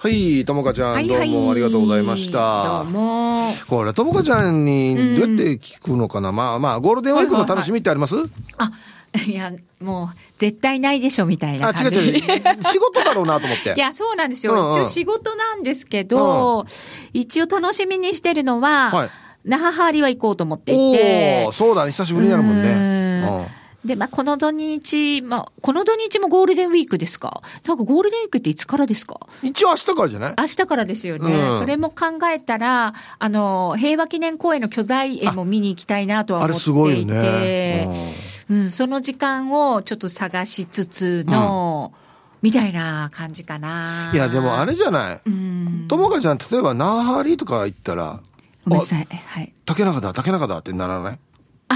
はい、ともかちゃん、はいはい、どうもありがとうございました。 どうも。 これともかちゃんにどうやって聞くのかな、まあまあゴールデンウィークの楽しみってあります？ いやもう絶対ないでしょみたいな感じ。 違う仕事だろうなと思っていやそうなんですよ、一応仕事なんですけど、一応楽しみにしてるのは、はい、那覇ハーリは行こうと思っていて。 そうだね、久しぶりになるもんね。 で、この土日もゴールデンウィークですか？なんかゴールデンウィークっていつからですか？ 一応明日からじゃない？ 明日からですよね。それも考えたら、平和記念公園の巨大絵も見に行きたいなとは思っていて。あれすごいよね。その時間をちょっと探しつつの、みたいな感じかな。 いや、でもあれじゃない。ともかちゃん、例えば那覇ハーリとか行ったら、 ごめんなさい。はい。 竹中だってならない？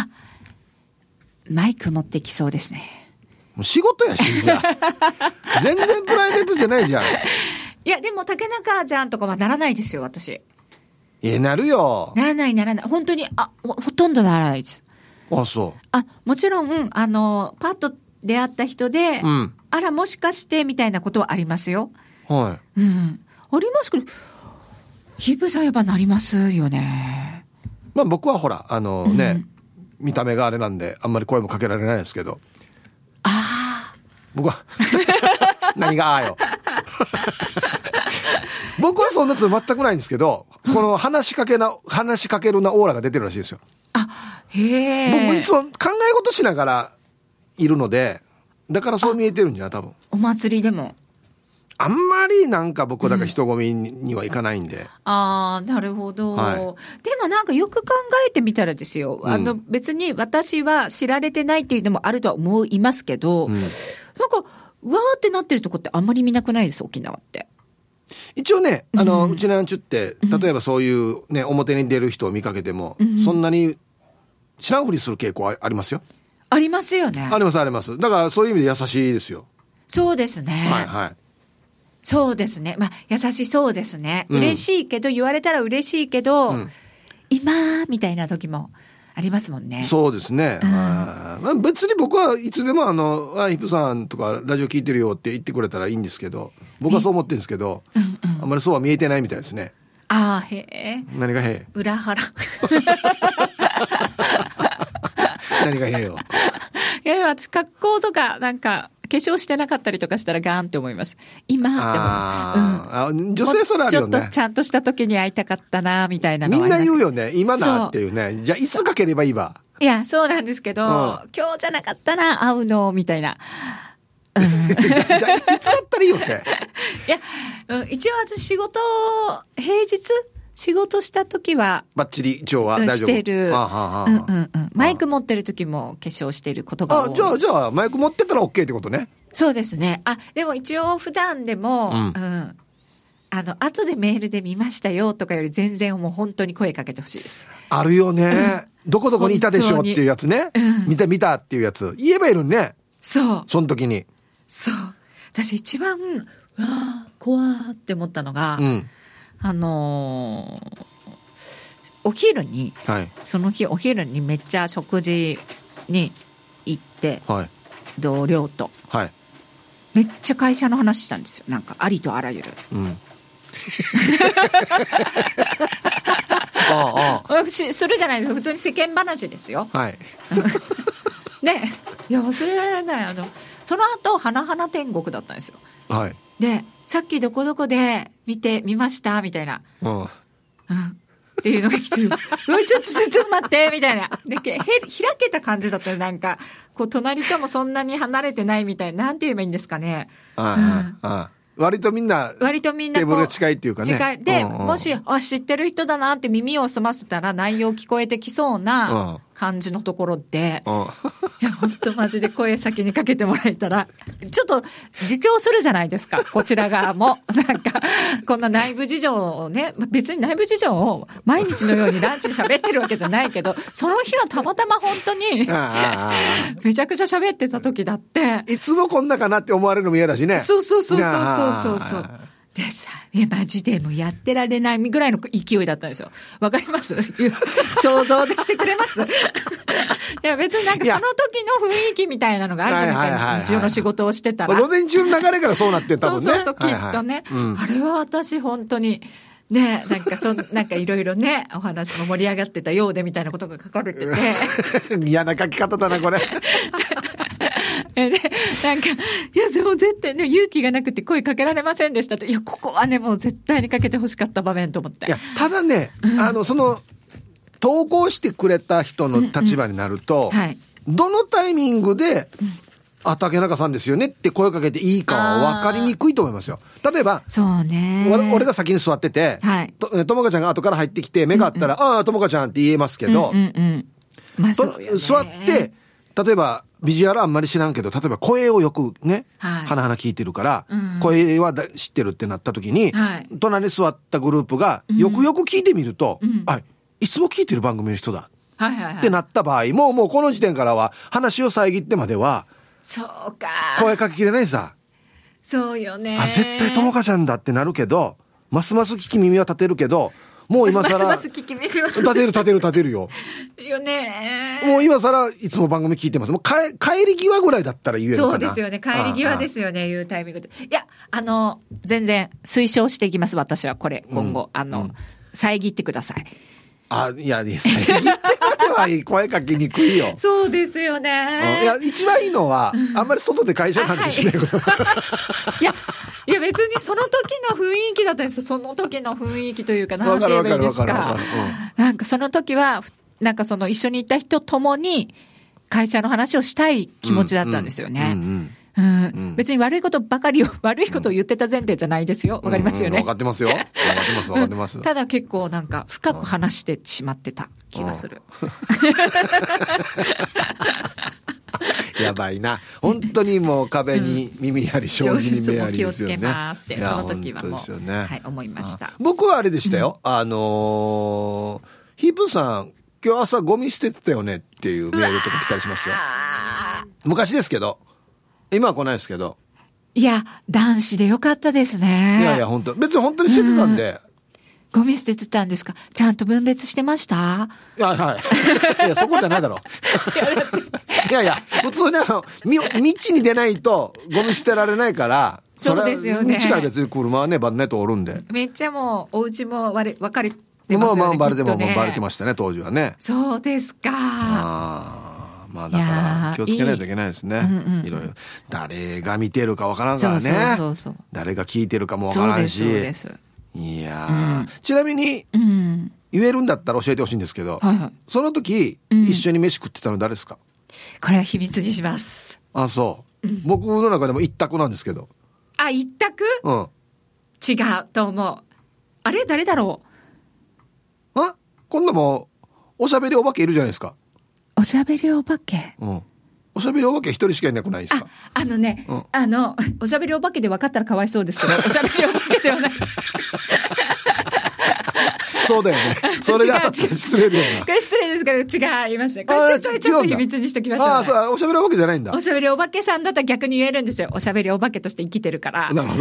マイク持ってきそうですね。 もう仕事やし、じゃあ。全然プライベートじゃないじゃん。 いや、でも竹中ちゃんとかはならないですよ、私。 なるよ。 ならない。本当に、ほとんどならないです。 そう。 もちろん、パッと出会った人で、あら、もしかして、みたいなことはありますよ。 はい。 ありますけど、ヒープさんやっぱなりますよね。 まあ僕はほら、見た目があれなんであんまり声もかけられないですけど、僕は何がよ僕はそんなつ全くないんですけど、この話しかけるなオーラが出てるらしいですよ。 へ僕いつも考え事しながらいるので、だからそう見えてるんじゃない？多分お祭りでもあんまりなんか僕はだから人混みには行かないんで。 なるほど、でもなんかよく考えてみたらですよ、別に私は知られてないっていうのもあるとは思いますけど、なんかわーってなってるとこってあんまり見なくないです、沖縄って。 一応ね、うちなんちゅって例えばそういうね、表に出る人を見かけても、そんなに知らんふりする傾向はありますよ。 ありますよね。 あります。だからそういう意味で優しいですよ。 そうですね。そうですね。優しそうですね。嬉しいけど、言われたら嬉しいけど、今みたいな時もありますもんね。そうですね。 別に僕はいつでもヒプさんとかラジオ聞いてるよって言ってくれたらいいんですけど、僕はそう思ってるんですけど、あんまりそうは見えてないみたいですね。 へえ。 何がへえ？ 裏腹。 何がへえよ。 いや、私格好とかなんか化粧してなかったりとかしたらガーンって思います。今って思う。 女性それあるよね。 ちょっとちゃんとした時に会いたかったなみたいなのはみんな言うよね。今なっていうね。じゃあいつかければいいわ。 いやそうなんですけど、今日じゃなかったな会うのみたいな。 じゃあいつだったらいいわけ。いや、一応私平日仕事した時はバッチリ一応は大丈夫してる。マイク持ってる時も化粧してることが多い。 じゃあマイク持ってたら OK ってことね。 そうですね。でも一応普段でも、後でメールで見ましたよとかより全然もう本当に声かけてほしいです。 あるよね。どこどこにいたでしょっていうやつね。見たっていうやつ言えばいいのにね。 そう。 その時に。 そう。私一番怖ーって思ったのが。お昼に、その日お昼にめっちゃ食事に行って、同僚と、めっちゃ会社の話したんですよ。なんかありとあらゆる、するじゃないですか。普通に世間話ですよ。で、いや忘れられない。その後花々天国だったんですよ。でさっきどこどこで見ましたみたいな、っていうのが来てちょっと待ってみたいな。で開けた感じだったよ。なんかこう隣ともそんなに離れてないみたいな、なんて言えばいいんですかね。 割とみんなテーブルが近いっていうかね。 近いで、もし知ってる人だなって耳を澄ませたら内容聞こえてきそうな感じのところで、いや本当マジで声先にかけてもらえたらちょっと自重するじゃないですか、こちら側も。なんかこんな内部事情をね、別に内部事情を毎日のようにランチ喋ってるわけじゃないけど、その日はたまたま本当にめちゃくちゃ喋ってた時だって、 いつもこんなかなって思われるのも嫌だしね。 そうでさ、マジでもうやってられないぐらいの勢いだったんですよ。わかります？想像でしてくれます？いや別になんかその時の雰囲気みたいなのがあるじゃないですか。日常の仕事をしてたら。 午前中の流れからそうなって多分ね。 そう、きっとね。あれは私本当に、ね、なんかいろいろね、お話も盛り上がってたようでみたいなことが書かれてて。 嫌な書き方だな、これ。 なんか、いや、でも絶対ね、勇気がなくて声かけられませんでしたって。いや、ここはね、もう絶対にかけてほしかった場面と思って。 いや、ただね、その、投稿してくれた人の立場になると、はい、どのタイミングで、竹中さんですよねって声かけていいかは分かりにくいと思いますよ。例えば、 そうね。 俺が先に座ってて、はい、ともかちゃんが後から入ってきて、目があったら、ああ、ともかちゃんって言えますけど、 まあそうよね、 座って、例えば、ビジュアルあんまり知らんけど、例えば声をよくね、はなはな聞いてるから、声は知ってるってなった時に、隣に座ったグループが、よくよく聞いてみると、いつも聞いてる番組の人だ。ってなった場合、もうこの時点からは、話を遮ってまでは、 そうか。 声かけきれないさ。 そうよね。 絶対ともかちゃんだってなるけど、ますます聞き耳は立てるけど、もう今更ます聞き耳は立てるよ。 よね。 もう今更いつも番組聞いてます。もう帰り際ぐらいだったら言えるかな。 そうですよね。帰り際ですよね。いうタイミングで。いや、全然推奨していきます。私はこれ今後、遮ってください。 いや、遮ってまでは声かけにくいよ。 そうですよね。 いや、一番いいのは、あんまり外で会社の話しないこと。 いや別にその時の雰囲気だったんですよ。その時の雰囲気というか、なんて言えばいいですか。なんかその時は、なんかその一緒にいた人ともに会社の話をしたい気持ちだったんですよね。別に悪いことを言ってた前提じゃないですよ。わかりますよね。 わかってますよ。わかってます。 ただ結構なんか深く話してしまってた気がする。 やばいな。本当にもう壁に耳あり、障子に目ありですよね。 気をつけますって、その時はもう、はい、思いました。 僕はあれでしたよ。ヒープーさん、今日朝ゴミ捨ててたよねっていうメールとか来たりしますよ。昔ですけど。今は来ないですけど。いや、男子でよかったですね。 いや、本当別に本当に捨ててたんで。 ゴミ捨ててたんですか？ちゃんと分別してました？ はい。いや、そこじゃないだろ。いや、普通に道に出ないとゴミ捨てられないから、 そうですよね。 道から別に車はね、バンネットおるんで。 めっちゃもう、お家も分かれてますよね。 バレてましたね、当時はね。 そうですか。 まあだから気をつけないといけないですね。いろいろ。誰が見てるかわからんからね。そう。誰が聞いてるかもわからんし。そうです。いやちなみに、言えるんだったら教えてほしいんですけど、その時、一緒に飯食ってたの誰ですか？ これは秘密にします。 そう。僕の中でも一択なんですけど。 一択？違うと思う。あれ誰だろう？今度もおしゃべりお化けいるじゃないですか。 おしゃべりお化け？ おしゃべりお化け一人しかいなくないですか？ おしゃべりお化けで分かったらかわいそうですけど、おしゃべりお化けではない。 そうだよね。それで当たったら失礼だよな。 これ失礼ですけど、違いますね。これちょっと秘密にしときましょう、ね。 そう、おしゃべりお化けじゃないんだ。 おしゃべりお化けさんだったら逆に言えるんですよ。おしゃべりお化けとして生きてるから。 なるほど。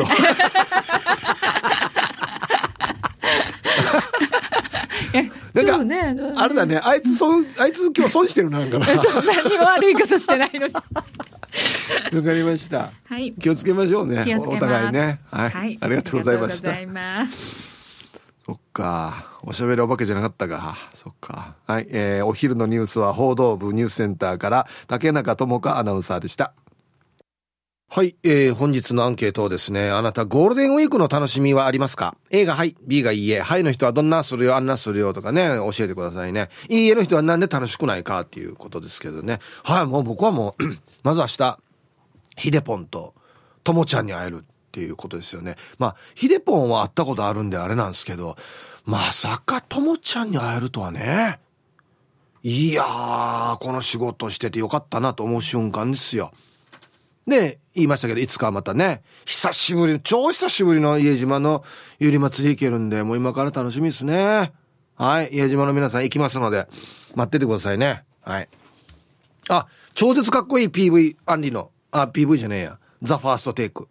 なんか、ね、あれだね、あいつ今日損してるなんかな。 そんなに悪いことしてないのに。 わかりました。 はい。 気をつけましょうね。お互いね。 はい。 ありがとうございました。 ありがとうございます。 そっか。おしゃべりお化けじゃなかったか。そっか。はい。お昼のニュースは報道部ニュースセンターから竹中智香アナウンサーでした。はい、本日のアンケートをですね、あなたゴールデンウィークの楽しみはありますか？ A がはい、B がいいえ、はいの人はどんなするよ、あんなするよとかね、教えてくださいね。いいえの人はなんで楽しくないかっていうことですけどね。はい、もう僕はもう、まず明日、ヒデポンとともちゃんに会えるっていうことですよね。まあ、ヒデポンは会ったことあるんであれなんですけど、まさかともちゃんに会えるとはね。いやー、この仕事しててよかったなと思う瞬間ですよ。で、言いましたけど、いつかまたね、超久しぶりの家島のゆり祭り行けるんで、もう今から楽しみですね。はい、家島の皆さん行きますので、待っててくださいね。はい。超絶かっこいい PV アンリの、PV じゃねえや。ザ・ファーストテイク。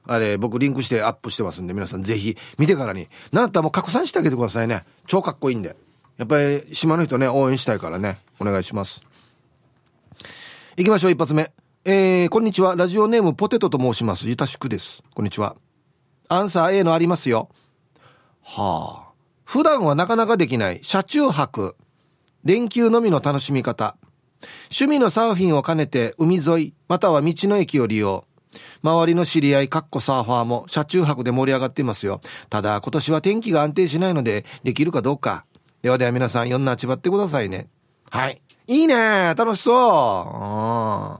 あれ僕リンクしてアップしてますんで、皆さんぜひ見てからに、なんだったらもう拡散してあげてくださいね。超かっこいいんで、やっぱり島の人ね応援したいからね、お願いします。行きましょう。一発目、こんにちは、ラジオネームポテトと申します。ゆたしくです。こんにちは。アンサー A のありますよ。はあ、普段はなかなかできない車中泊、連休のみの楽しみ方。趣味のサーフィンを兼ねて海沿いまたは道の駅を利用。周りの知り合いサーファーも車中泊で盛り上がっていますよ。ただ今年は天気が安定しないのでできるかどうか。ではでは皆さん、よんなちばってくださいね。はい、いいね、楽しそう。はい、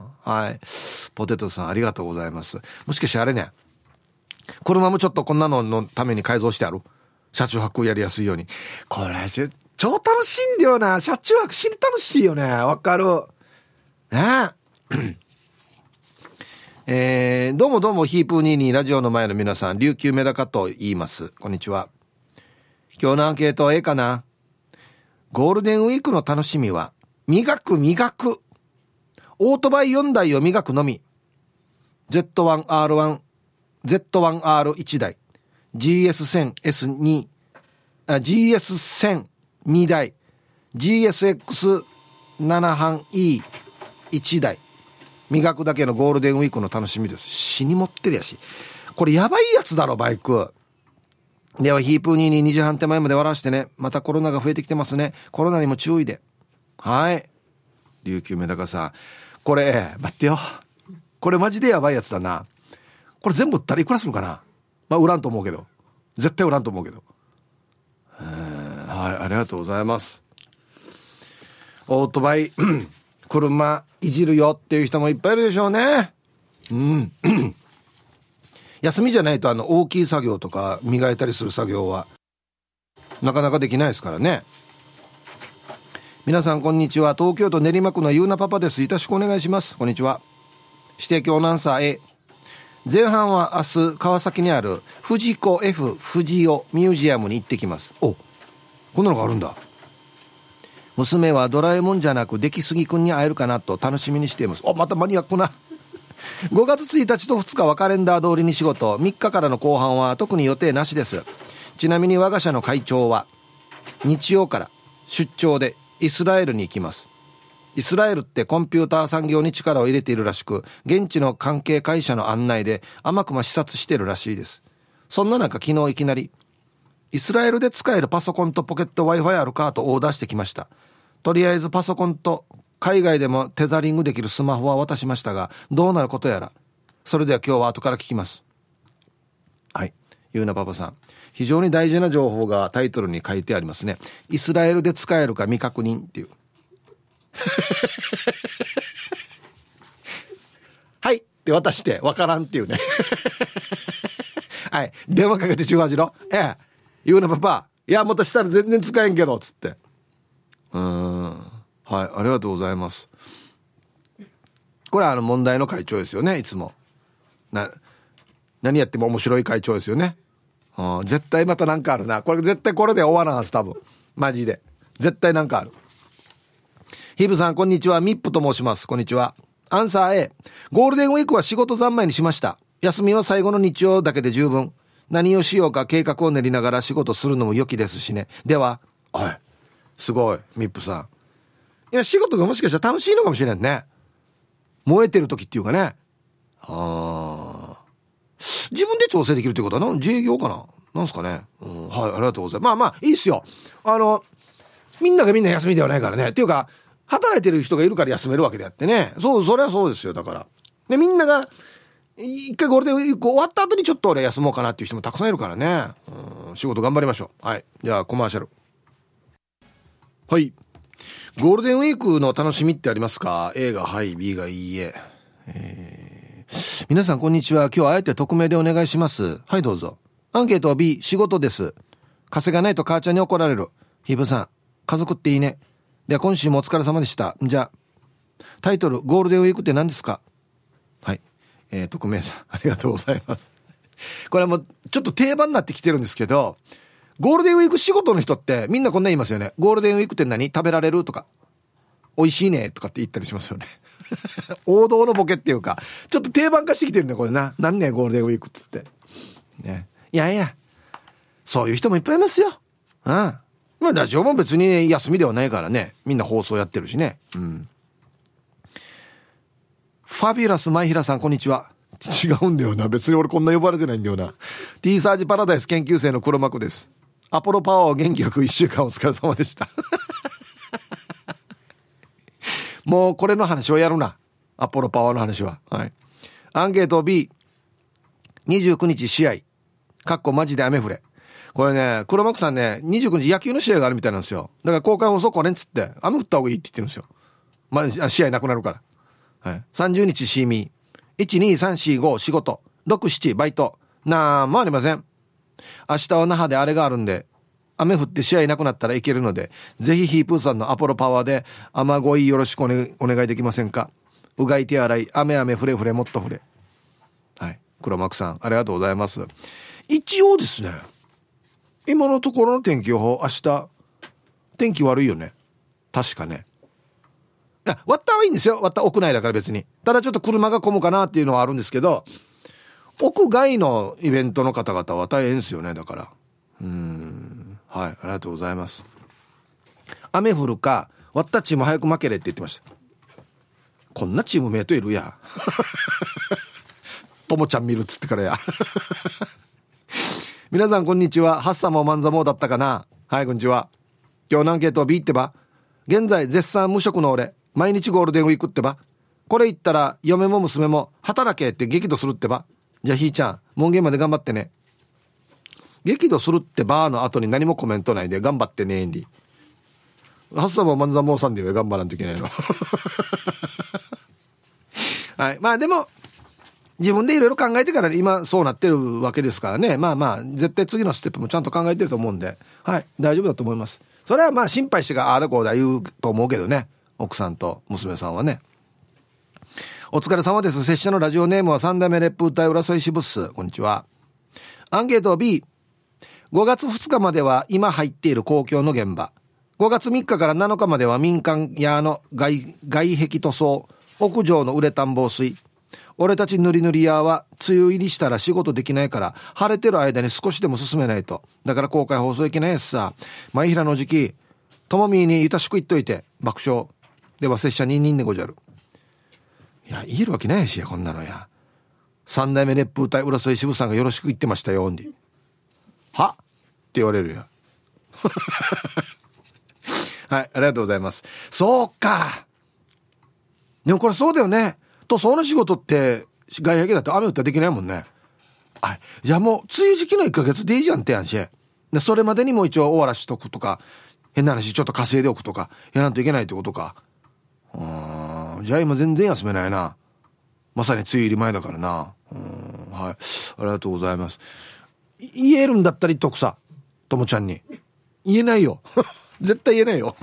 ポテトさんありがとうございます。もしかしてあれね、車もちょっとこんなののために改造してある、車中泊やりやすいように。これ超楽しいんだよな、車中泊。死に楽しいよね。わかるね。どうもどうも、ヒープー22ラジオの前の皆さん、琉球メダカと言います。こんにちは。今日のアンケートかな。ゴールデンウィークの楽しみは磨く。オートバイ4台を磨くのみ。 Z1R1 Z1R1 台、 GS1000S2 GS1002 台、 GSX7 半 E1 台。磨くだけのゴールデンウィークの楽しみです。死に持ってるやし、これやばいやつだろバイク。ではヒープーに2時半手前まで笑わしてね。またコロナが増えてきてますね。コロナにも注意で。はい、琉球メダカさん、これ待ってよ、これマジでやばいやつだな。これ全部売ったらいくらするかな。まあ売らんと思うけど、絶対売らんと思うけど。はい、ありがとうございます。オートバイ車いじるよっていう人もいっぱいいるでしょうね。うん休みじゃないと大きい作業とか磨いたりする作業はなかなかできないですからね。皆さんこんにちは、東京都練馬区のゆうなパパです。よろしくお願いします。こんにちは。指定教アナウンサー A。 前半は明日川崎にある藤子 F 不二雄ミュージアムに行ってきます。お、こんなのがあるんだ。娘はドラえもんじゃなく出来すぎくんに会えるかなと楽しみにしています。お、またマニアックな5月1日と2日はカレンダー通りに仕事、3日からの後半は特に予定なしです。ちなみに我が社の会長は日曜から出張でイスラエルに行きます。イスラエルってコンピューター産業に力を入れているらしく、現地の関係会社の案内で天熊視察しているらしいです。そんな中、昨日いきなりイスラエルで使えるパソコンとポケット Wi-Fi あるかとオーダーしてきました。とりあえずパソコンと海外でもテザリングできるスマホは渡しましたが、どうなることやら。それでは今日は後から聞きます。はい、ゆうなパパさん、非常に大事な情報がタイトルに書いてありますね。イスラエルで使えるか未確認っていうはいって渡してわからんっていうねはい、電話かけて18のゆうなパパ、いやまたしたら全然使えんけどつって、はい、ありがとうございます。これは問題の会長ですよね。いつも何やっても面白い会長ですよね。絶対またなんかあるな。これ絶対これで終わらんはず、多分マジで絶対なんかある。ヒブさんこんにちは、ミップと申します。こんにちは。アンサー A。 ゴールデンウィークは仕事三昧にしました。休みは最後の日曜だけで十分。何をしようか計画を練りながら仕事するのも良きですしね。では、はい、すごいミップさん、いや仕事がもしかしたら楽しいのかもしれないね。燃えてる時っていうかね。自分で調整できるってことは自営業かな、なんすかね。はい、ありがとうございます。まあいいっすよ。みんながみんな休みではないからね。っていうか働いてる人がいるから休めるわけであってね。それはそうですよ。だからで、みんなが一回ゴールデンウィーク終わった後にちょっと俺休もうかなっていう人もたくさんいるからね。仕事頑張りましょう。はい、じゃあコマーシャル。はい、ゴールデンウィークの楽しみってありますか？ A がはい、 B がいいえ。皆さんこんにちは。今日はあえて匿名でお願いします。はい、どうぞ。アンケートは B、 仕事です。稼がないと母ちゃんに怒られる。ヒブさん、家族っていいね。では今週もお疲れ様でした。じゃあタイトル、ゴールデンウィークって何ですか？はい、匿名さんありがとうございます。これはもうちょっと定番になってきてるんですけど、ゴールデンウィーク仕事の人ってみんなこんな言いますよね。ゴールデンウィークって何？食べられるとか美味しいねとかって言ったりしますよね王道のボケっていうか、ちょっと定番化してきてるね、これな。何年ゴールデンウィークっつって。ね。いやいや、そういう人もいっぱいいますよ。うん。まあ、ラジオも別に休みではないからね。みんな放送やってるしね。うん。ファビュラスマイヒラさん、こんにちは。違うんだよな。別に俺こんな呼ばれてないんだよな。T サージパラダイス研究生の黒幕です。アポロパワーを元気よく1週間お疲れ様でした。もうこれの話はやるな。アポロパワーの話は。はい。アンケート B29 日試合。かっこマジで雨降れ。これね、黒幕さんね、29日野球の試合があるみたいなんですよ。だから公開放送これんつって、雨降った方がいいって言ってるんですよ。まあ、試合なくなるから。はい。30日シーミー。1、2、3、4、5仕事。6、7バイト。なんもありません。明日は那覇であれがあるんで、雨降って試合なくなったらいけるので、ぜひヒープーさんのアポロパワーで雨乞いよろしくお願いできませんか。うがい手洗い、雨雨ふれふれもっとふれ。はい。黒幕さん、ありがとうございます。一応ですね、今のところの天気予報、明日、天気悪いよね。確かね。割ったはいいんですよ。割った屋内だから別に。ただちょっと車が混むかなっていうのはあるんですけど、屋外のイベントの方々は大変ですよね。だから。はい。ありがとうございます。雨降るか、割ったチーム早く負けれって言ってました。こんなチームメイトいるや。ともちゃん見るっつってからや。皆さんこんにちは。ハッサもマンザモだったかな。はい、こんにちは。今日のアンケート B ってば。現在絶賛無職の俺。毎日ゴールデンウィークってば。これ言ったら嫁も娘も働けって激怒するってば。じゃあひーちゃん門限まで頑張ってね。激怒するってばの後に何もコメントないで頑張ってねんり。ハッサもマンザモさんで頑張らんといけないの。はい。まあでも自分でいろいろ考えてから今そうなってるわけですからね。まあまあ絶対次のステップもちゃんと考えてると思うんで、はい、大丈夫だと思います。それはまあ心配してがああだこうだ言うと思うけどね。奥さんと娘さんはね。お疲れ様です。拙者のラジオネームは三代目烈風隊浦添支部っす。こんにちは。アンケート B。5月2日までは今入っている公共の現場。5月3日から7日までは民間屋の外壁塗装、屋上のウレタン防水。俺たち塗り塗り屋は梅雨入りしたら仕事できないから晴れてる間に少しでも進めないと。だから公開放送いけないやつさ。前平の時期ともみーにゆたしく言っといて爆笑では拙者にんでごじゃる。いや言えるわけないしやこんなのや。三代目烈風隊浦添支部さんがよろしく言ってましたよ。はって言われるよ。はい、ありがとうございます。そうか。でもこれそうだよね。塗装の仕事って外壁だと雨降ったらできないもんね。はい。じゃあもう梅雨時期の1ヶ月でいいじゃんってやんし。でそれまでにも一応終わらしとくとか、変な話ちょっと稼いでおくとかやらんといけないってことか。じゃあ今全然休めないな。まさに梅雨入り前だからな。はい。ありがとうございます。言えるんだったら言っとくさ。ともちゃんに。言えないよ。絶対言えないよ。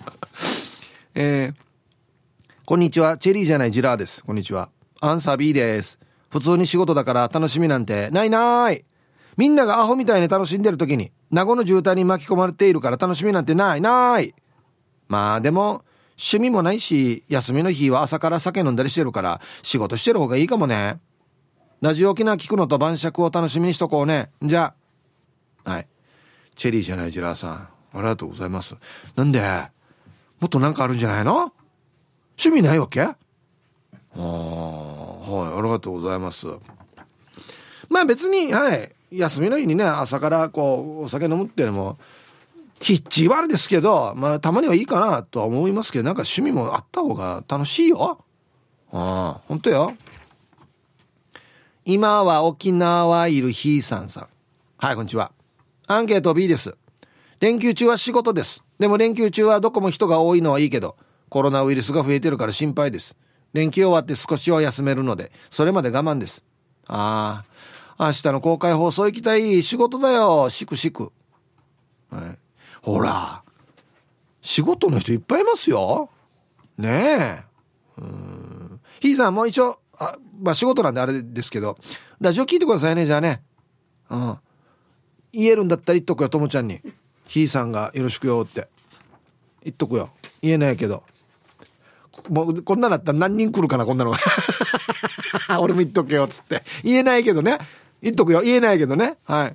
こんにちは。チェリーじゃないジラーです。こんにちは。アンサー B です。普通に仕事だから楽しみなんてないない。みんながアホみたいに楽しんでる時に名護の渋滞に巻き込まれているから楽しみなんてないない。まあでも趣味もないし休みの日は朝から酒飲んだりしてるから仕事してる方がいいかもね。ラジオ沖縄聞くのと晩酌を楽しみにしとこうね。じゃあはい。チェリーじゃないジラーさんありがとうございます。なんでもっとなんかあるんじゃないの。趣味ないわけ。はい、ありがとうございます。まあ別にはい休みの日にね朝からこうお酒飲むっていうのもヒッチーはあれですけど、まあたまにはいいかなとは思いますけど、なんか趣味もあった方が楽しいよ。本当よ。今は沖縄いるひーさんさん。はい、こんにちは。アンケート B です。連休中は仕事です。でも連休中はどこも人が多いのはいいけど、コロナウイルスが増えてるから心配です。連休終わって少しは休めるので、それまで我慢です。明日の公開放送行きたい。仕事だよ。しくしく。はい。ほら。仕事の人いっぱいいますよ。ねえ。ひーさんも一応、まあ仕事なんであれですけど、ラジオ聞いてくださいね、じゃあね。言えるんだったら言っとくよ、ともちゃんに。ひーさんがよろしくよって。言っとくよ。言えないけど。 もうこんなだったら何人来るかなこんなのが俺も言っとけよっつって言えないけどね、言っとくよ、言えないけどね。はい。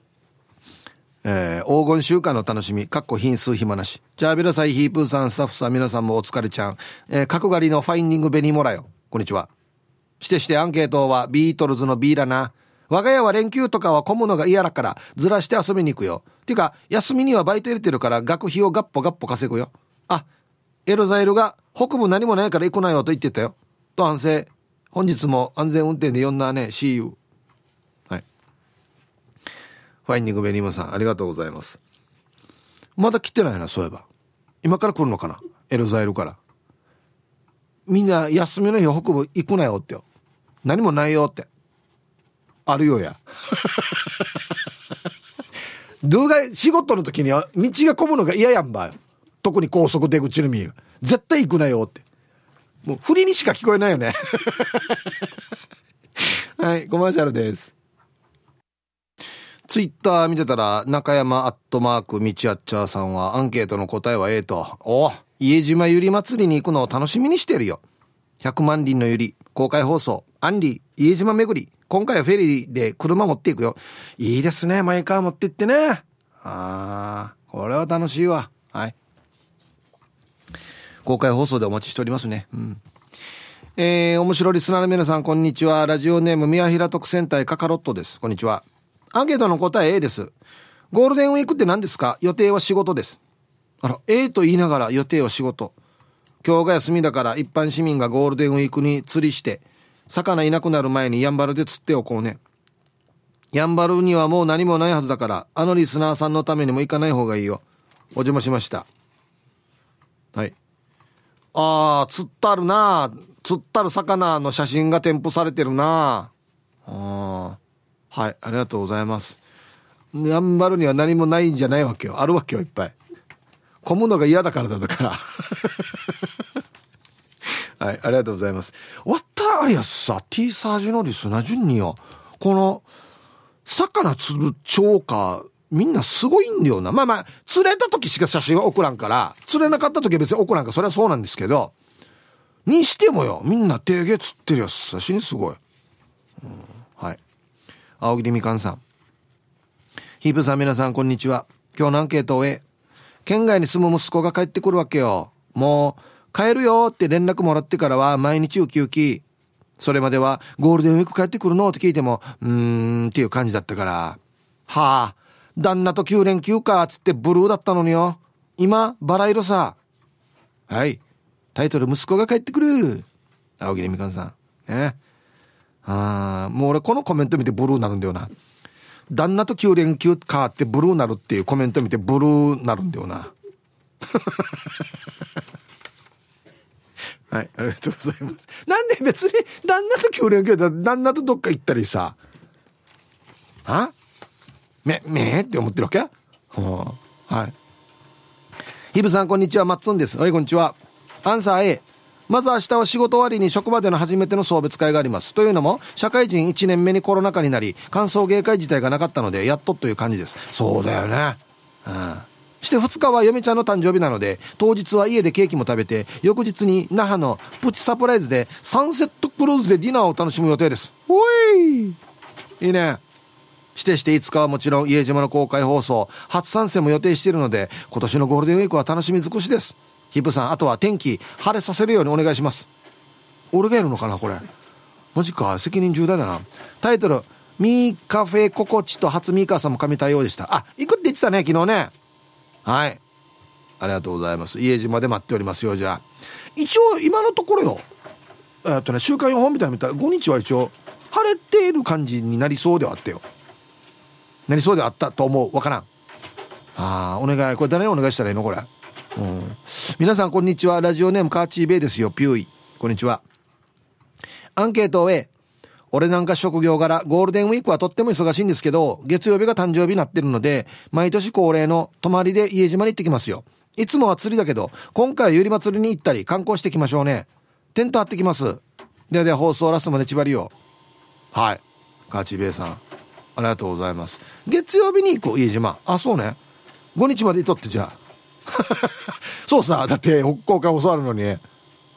黄金週間の楽しみかっこ品数暇なし。じゃあベラサイヒープーさん、スタッフさん皆さんもお疲れちゃん、角刈りのファインディングベニーモラよ、こんにちは。してアンケートはビートルズの B だな。我が家は連休とかは混むのが嫌だからずらして遊びに行くよ。ていうか休みにはバイト入れてるから学費をガッポガッポ稼ぐよ。あ、エロザイルが北部何もないから行くなよと言ってたよと反省。本日も安全運転で呼んだね See you。 はい、ファインディングベニームさんありがとうございます。まだ来てないな、そういえば今から来るのかな、エロザイルから。みんな休みの日北部行くなよってよ、何もないよってあるよや動画仕事の時には道が混むのが嫌やんばよ、特に高速出口のみが絶対行くなよって、もう振りにしか聞こえないよねはい、コマーシャルです。ツイッター見てたら中山アットマークみちあっちゃーさんはアンケートの答えはと、お家島ゆり祭りに行くのを楽しみにしてるよ。100万輪のゆり公開放送、アンリー家島巡り、今回はフェリーで車持っていくよ。いいですね、マイカー持って行ってね。これは楽しいわ。はい、公開放送でお待ちしておりますね。面白リスナーの皆さんこんにちは。ラジオネーム宮平特選隊カカロットです。こんにちは。アンケートの答え A です。ゴールデンウィークって何ですか？予定は仕事です。あら、A と言いながら予定は仕事。今日が休みだから一般市民がゴールデンウィークに釣りして魚いなくなる前にやんばるで釣っておこうね。やんばるにはもう何もないはずだからあのリスナーさんのためにも行かない方がいいよ。お邪魔しました。はい。釣ったるな、釣ったる魚の写真が添付されてるな。はい、ありがとうございます。やんばるには何もないんじゃないわけよ、あるわけよ、いっぱい。混むのが嫌だからはい、ありがとうございます。わったありやさ T サージのリスナー順によ、この魚釣る超過みんなすごいんだよな。まあ釣れた時しか写真は送らんから、釣れなかった時は別に送らんから、それはそうなんですけど、にしてもよ、みんな手芸釣ってるやつさしにすごい。はい。青桐みかんさん、ヒープさん皆さんこんにちは。今日のアンケートを県外に住む息子が帰ってくるわけよ。もう帰るよって連絡もらってからは毎日ウキウキ。それまではゴールデンウィーク帰ってくるのって聞いてもっていう感じだったから、旦那と9連休かつってブルーだったのによ、今バラ色さ。はい、タイトル息子が帰ってくる。青桐みかんさんね。もう俺このコメント見てブルーになるんだよな。旦那と9連休かってブルーなるっていうコメント見てブルーなるんだよなはい、ありがとうございます。なんで別に旦那と9連休だ、旦那とどっか行ったりさ、って思ってるわけ。はい。ヒブさんこんにちは、マッツンです。はい、こんにちは。アンサー A。まず明日は仕事終わりに職場での初めての送別会があります。というのも社会人1年目にコロナ禍になり歓送迎会自体がなかったのでやっとという感じです。そうだよね。して2日は嫁ちゃんの誕生日なので当日は家でケーキも食べて、翌日に那覇のプチサプライズでサンセットクルーズでディナーを楽しむ予定です。おい、いいね。して5日はもちろん家島の公開放送初参戦も予定しているので今年のゴールデンウィークは楽しみ尽くしです。ヒップさん、あとは天気晴れさせるようにお願いします。俺がやるのかなこれ、マジか、責任重大だな。タイトルミーカフェココチと初ミーカーさんも神対応でした。行くって言ってたね昨日ね。はい、ありがとうございます。家島で待っておりますよ。じゃあ一応今のところよ、週間予報みたいなの見たら5日は一応晴れている感じになりそうではあったよ。なりそうではあったと思う。わからん。お願い、これ誰にお願いしたらいいのこれ。皆さんこんにちは。ラジオネームカーチーベイですよ。ピューイ、こんにちは。アンケートを俺なんか職業柄ゴールデンウィークはとっても忙しいんですけど、月曜日が誕生日になってるので毎年恒例の泊まりで家島に行ってきますよ。いつもは釣りだけど今回はゆり祭りに行ったり観光してきましょうね。テント張ってきます。では放送ラストまで縛りよ。はい、カーチーベイさんありがとうございます。月曜日に行く家島、そうね、5日までいとってじゃあそうさ、だって北港から教わるのに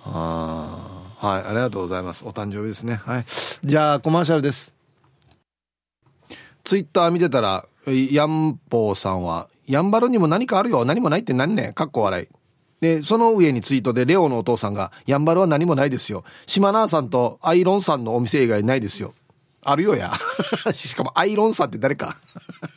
はい、ありがとうございます。お誕生日ですね。はい。じゃあコマーシャルです。ツイッター見てたらヤンポーさんは、ヤンバルにも何かあるよ、何もないって何ね、かっこ笑いで、その上にツイートでレオのお父さんが、ヤンバルは何もないですよ、島ナーさんとアイロンさんのお店以外ないですよ。あるよやしかもアイロンさんって誰か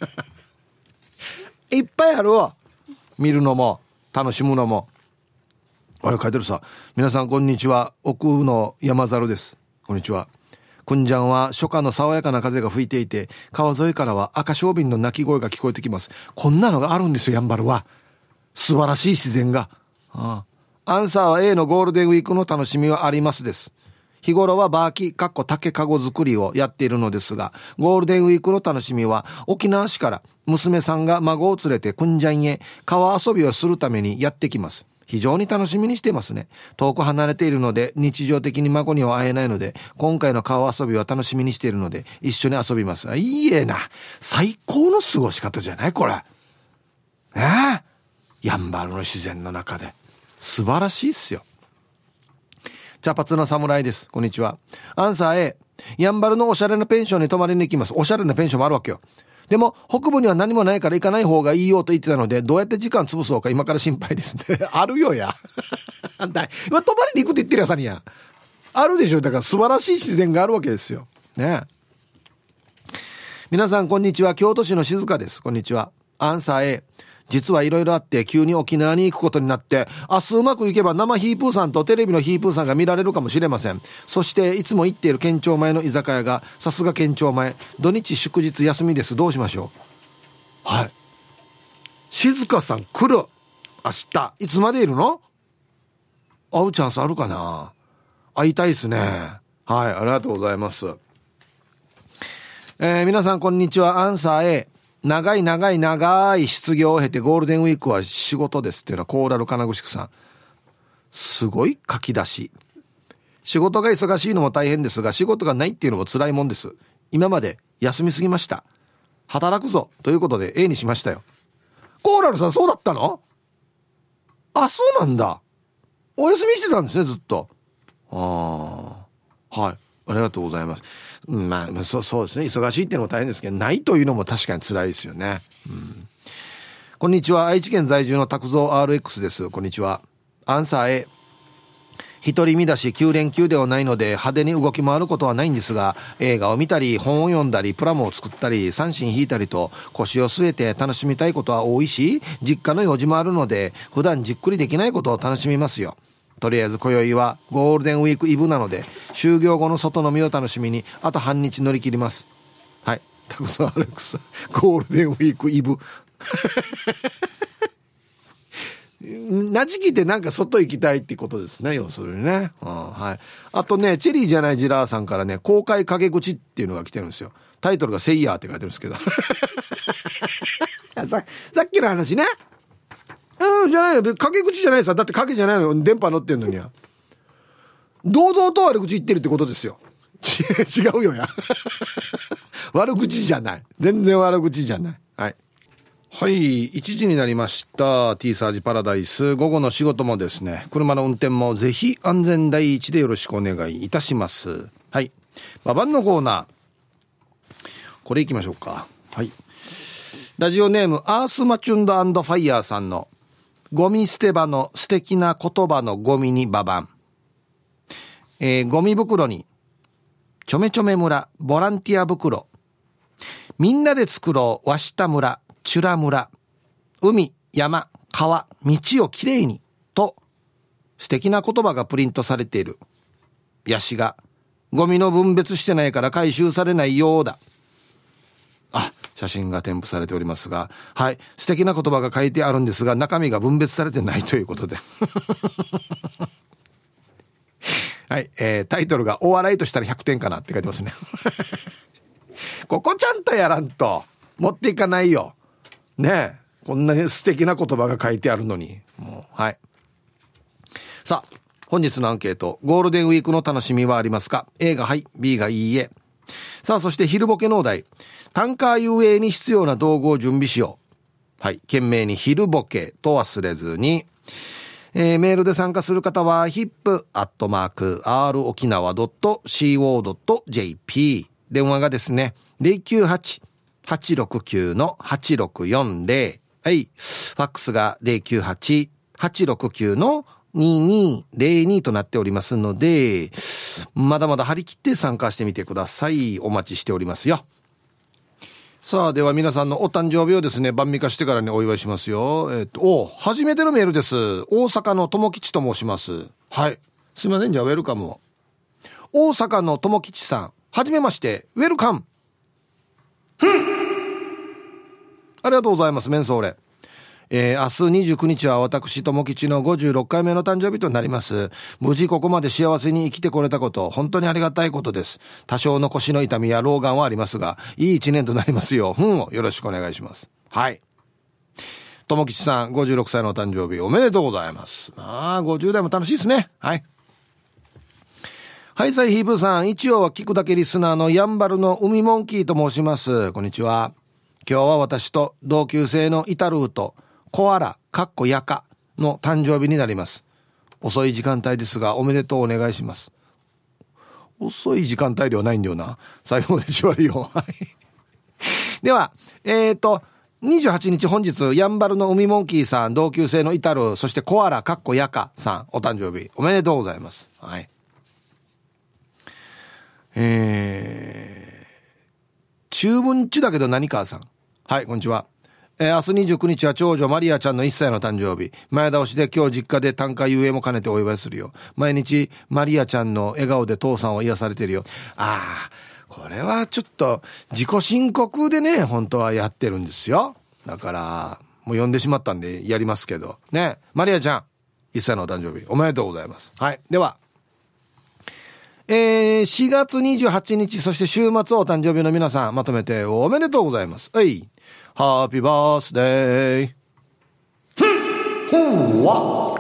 いっぱいあるわ。見るのも楽しむのも。あれ書いてるさ。皆さんこんにちは、奥の山猿です。こんにちは。くんじゃんは初夏の爽やかな風が吹いていて、川沿いからは赤小瓶の鳴き声が聞こえてきます。こんなのがあるんですよ、やんばるは。素晴らしい自然が。アンサーは A のゴールデンウィークの楽しみはありますです。日頃はバーキ竹かご作りをやっているのですが、ゴールデンウィークの楽しみは沖縄市から娘さんが孫を連れてくんじゃんへ川遊びをするためにやってきます。非常に楽しみにしてますね。遠く離れているので日常的に孫には会えないので、今回の川遊びは楽しみにしているので一緒に遊びます。いいえな、最高の過ごし方じゃないこれね。やんばるの自然の中で素晴らしいっすよ。茶髪の侍です。こんにちは。アンサー A、 やんばるのおしゃれなペンションに泊まりに行きます。おしゃれなペンションもあるわけよ。でも北部には何もないから行かない方がいいよと言ってたので、どうやって時間潰そうか今から心配ですねあるよやあんた今泊まりに行くって言ってるやさにや、あるでしょ。だから素晴らしい自然があるわけですよね。皆さんこんにちは、京都市の静香です。こんにちは。アンサー A、実はいろいろあって急に沖縄に行くことになって、明日うまくいけば生ヒープーさんとテレビのヒープーさんが見られるかもしれません。そしていつも行っている県庁前の居酒屋が、さすが県庁前、土日祝日休みです。どうしましょう。はい、静香さん来る、明日いつまでいるの？会うチャンスあるかな。会いたいですね。はい、ありがとうございます。皆さんこんにちは。アンサー A、長い失業を経てゴールデンウィークは仕事ですっていうのはコーラル金具宿さん。すごい書き出し。仕事が忙しいのも大変ですが、仕事がないっていうのも辛いもんです。今まで休みすぎました。働くぞということで A にしましたよ。コーラルさんそうだったの？あ、そうなんだ。お休みしてたんですね、ずっと。はい、ありがとうございます。まあそうですね、忙しいっていうのも大変ですけど、ないというのも確かに辛いですよね。こんにちは、愛知県在住の拓蔵 RX です。こんにちは。アンサー A、 一人身だし9連休ではないので派手に動き回ることはないんですが、映画を見たり本を読んだりプラモを作ったり三振引いたりと腰を据えて楽しみたいことは多いし、実家の用事もあるので普段じっくりできないことを楽しみますよ。とりあえず今宵はゴールデンウィークイブなので、就業後の外飲みを楽しみにあと半日乗り切ります。はい、たくさんアレックスゴールデンウィークイブなじきってなんか外行きたいってことですね、要するにね。はい。あとね、チェリーじゃないジラーさんからね、公開陰口っていうのが来てるんですよ。タイトルがセイヤーって書いてるんですけどさっきの話ね。じゃないよ、陰口じゃないさ。だって陰じゃないの、電波乗ってんのには堂々と悪口言ってるってことですよ違うよや悪口じゃない、全然悪口じゃない。はいはい、1時になりました。 T サージパラダイス、午後の仕事もですね、車の運転もぜひ安全第一でよろしくお願いいたします。はい、ババンのコーナー、これいきましょうか。はい、ラジオネームアースマチュンド&ファイヤーさんのゴミ捨て場の素敵な言葉のゴミにババン。ゴミ袋にちょめちょめ村ボランティア袋、みんなで作ろうわした村チュラ村、海山川道をきれいにと素敵な言葉がプリントされている。ヤシがゴミの分別してないから回収されないようだ。あ、写真が添付されておりますが、はい、素敵な言葉が書いてあるんですが中身が分別されてないということではい、タイトルがお笑いとしたら100点かなって書いてますねここちゃんとやらんと持っていかないよねえ、こんな素敵な言葉が書いてあるのに。もう、はい。さあ本日のアンケート、ゴールデンウィークの楽しみはありますか？ A がはい、 B がいいえ。さあそして昼ボケのお題、タンカー遊泳に必要な道具を準備しよう。はい、懸命に昼ボケと忘れずに。 メールで参加する方は hip@rokinawa.co.jp 電話がですね 098-869-8640 はい。ファックスが 098-869-2202 となっておりますので、まだまだ張り切って参加してみてください。お待ちしておりますよ。さあ、では皆さんのお誕生日をですね、晩御飯してからにお祝いしますよ。初めてのメールです。大阪の友吉と申します。はい。すいません、じゃあウェルカムを。大阪の友吉さん、はじめまして、ウェルカム。ありがとうございます。メンソーレ。明日29日は私友吉の56回目の誕生日となります。無事ここまで幸せに生きてこれたこと、本当にありがたいことです。多少の腰の痛みや老眼はありますが、いい一年となりますよう、をよろしくお願いします。はい。友吉さん、56歳のお誕生日おめでとうございます。50代も楽しいですね。はい。はい、サイヒーブーさん、一応は聞くだけリスナーのやんばるの海モンキーと申します。こんにちは。今日は私と同級生のイタルーとコアラヤカの誕生日になります。遅い時間帯ですがおめでとうお願いします。遅い時間帯ではないんだよな。最後まで縛るよ。では28日本日やんばるの海モンキーさん、同級生のイタルー、そしてコアラヤカさん、お誕生日おめでとうございます。はい。中文中だけど何かさん、はい、こんにちは。明日29日は長女マリアちゃんの1歳の誕生日。前倒しで今日実家で短歌遊泳も兼ねてお祝いするよ。毎日マリアちゃんの笑顔で父さんを癒されてるよ。これはちょっと自己申告でね、本当はやってるんですよ。だからもう呼んでしまったんでやりますけどね。マリアちゃん1歳のお誕生日おめでとうございます。はい。では4月28日、そして週末お誕生日の皆さん、まとめておめでとうございます。はい。ハッピーバースデー。ほわ。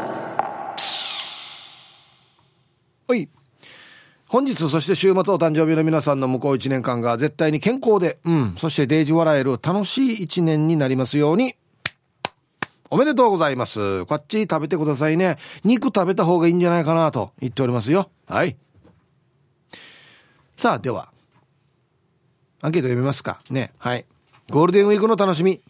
はい。本日、そして週末お誕生日の皆さんの向こう1年間が絶対に健康で、そしてデージ笑える楽しい1年になりますように。おめでとうございます。こっち食べてくださいね。肉食べた方がいいんじゃないかなと言っておりますよ。はい。さあ、ではアンケート読みますかね。はい。ゴールデンウィークの楽しみ、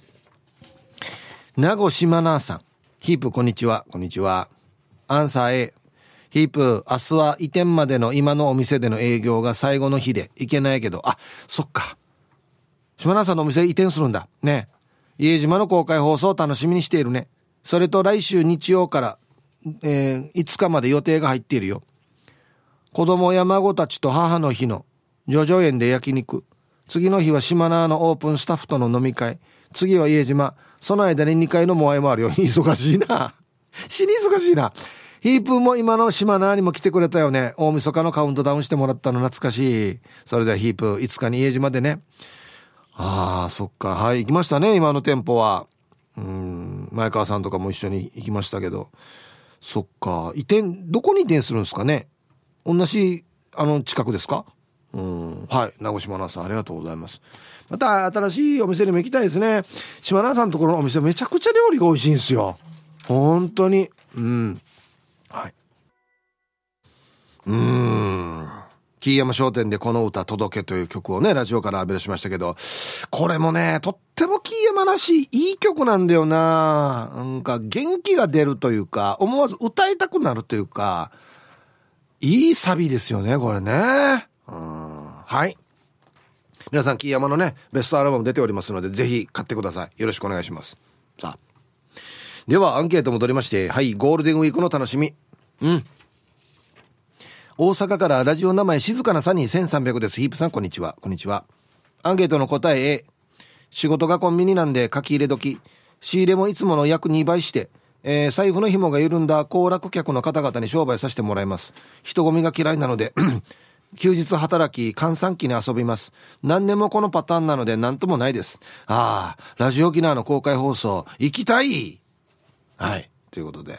名護島那さん、ヒープこんにちは。こんにちは。アンサー A、 ヒープ明日は移転までの今のお店での営業が最後の日で行けないけど、そっか、島那さんのお店移転するんだね。家島の公開放送を楽しみにしているね。それと来週日曜から、5日まで予定が入っているよ。子供や孫たちと母の日のジョジョ園で焼肉、次の日は島那のオープンスタッフとの飲み会、次は家島、その間に2回のモアイもあるよ。忙しいな。死に忙しいな。ヒープーも今の島那にも来てくれたよね。大晦日のカウントダウンしてもらったの懐かしい。それではヒープ5日に家島でね。そっか。はい、行きましたね。今の店舗は前川さんとかも一緒に行きましたけど、そっか。どこに移転するんですかね。同じ近くですか。はい。名護島那さんありがとうございます。また新しいお店にも行きたいですね。島那さんのところのお店めちゃくちゃ料理が美味しいんですよ。本当に。はい。木山商店でこの歌届けという曲をね、ラジオから浴び出しましたけど、これもね、とっても木山らしいいい曲なんだよな。なんか元気が出るというか、思わず歌いたくなるというか、いいサビですよね、これね。はい。皆さん、木山のね、ベストアルバム出ておりますので、ぜひ買ってください。よろしくお願いします。さあ。では、アンケート戻りまして、はい、ゴールデンウィークの楽しみ。大阪からラジオ名前静かなサニー1300です。ヒープさん、こんにちは。こんにちは。アンケートの答え A。仕事がコンビニなんで書き入れ時。仕入れもいつもの約2倍して、財布の紐が緩んだ行楽客の方々に商売させてもらいます。人混みが嫌いなので休日働き閑散期に遊びます。何年もこのパターンなので何ともないです。ラジオ沖縄の公開放送行きたい。はい、ということで、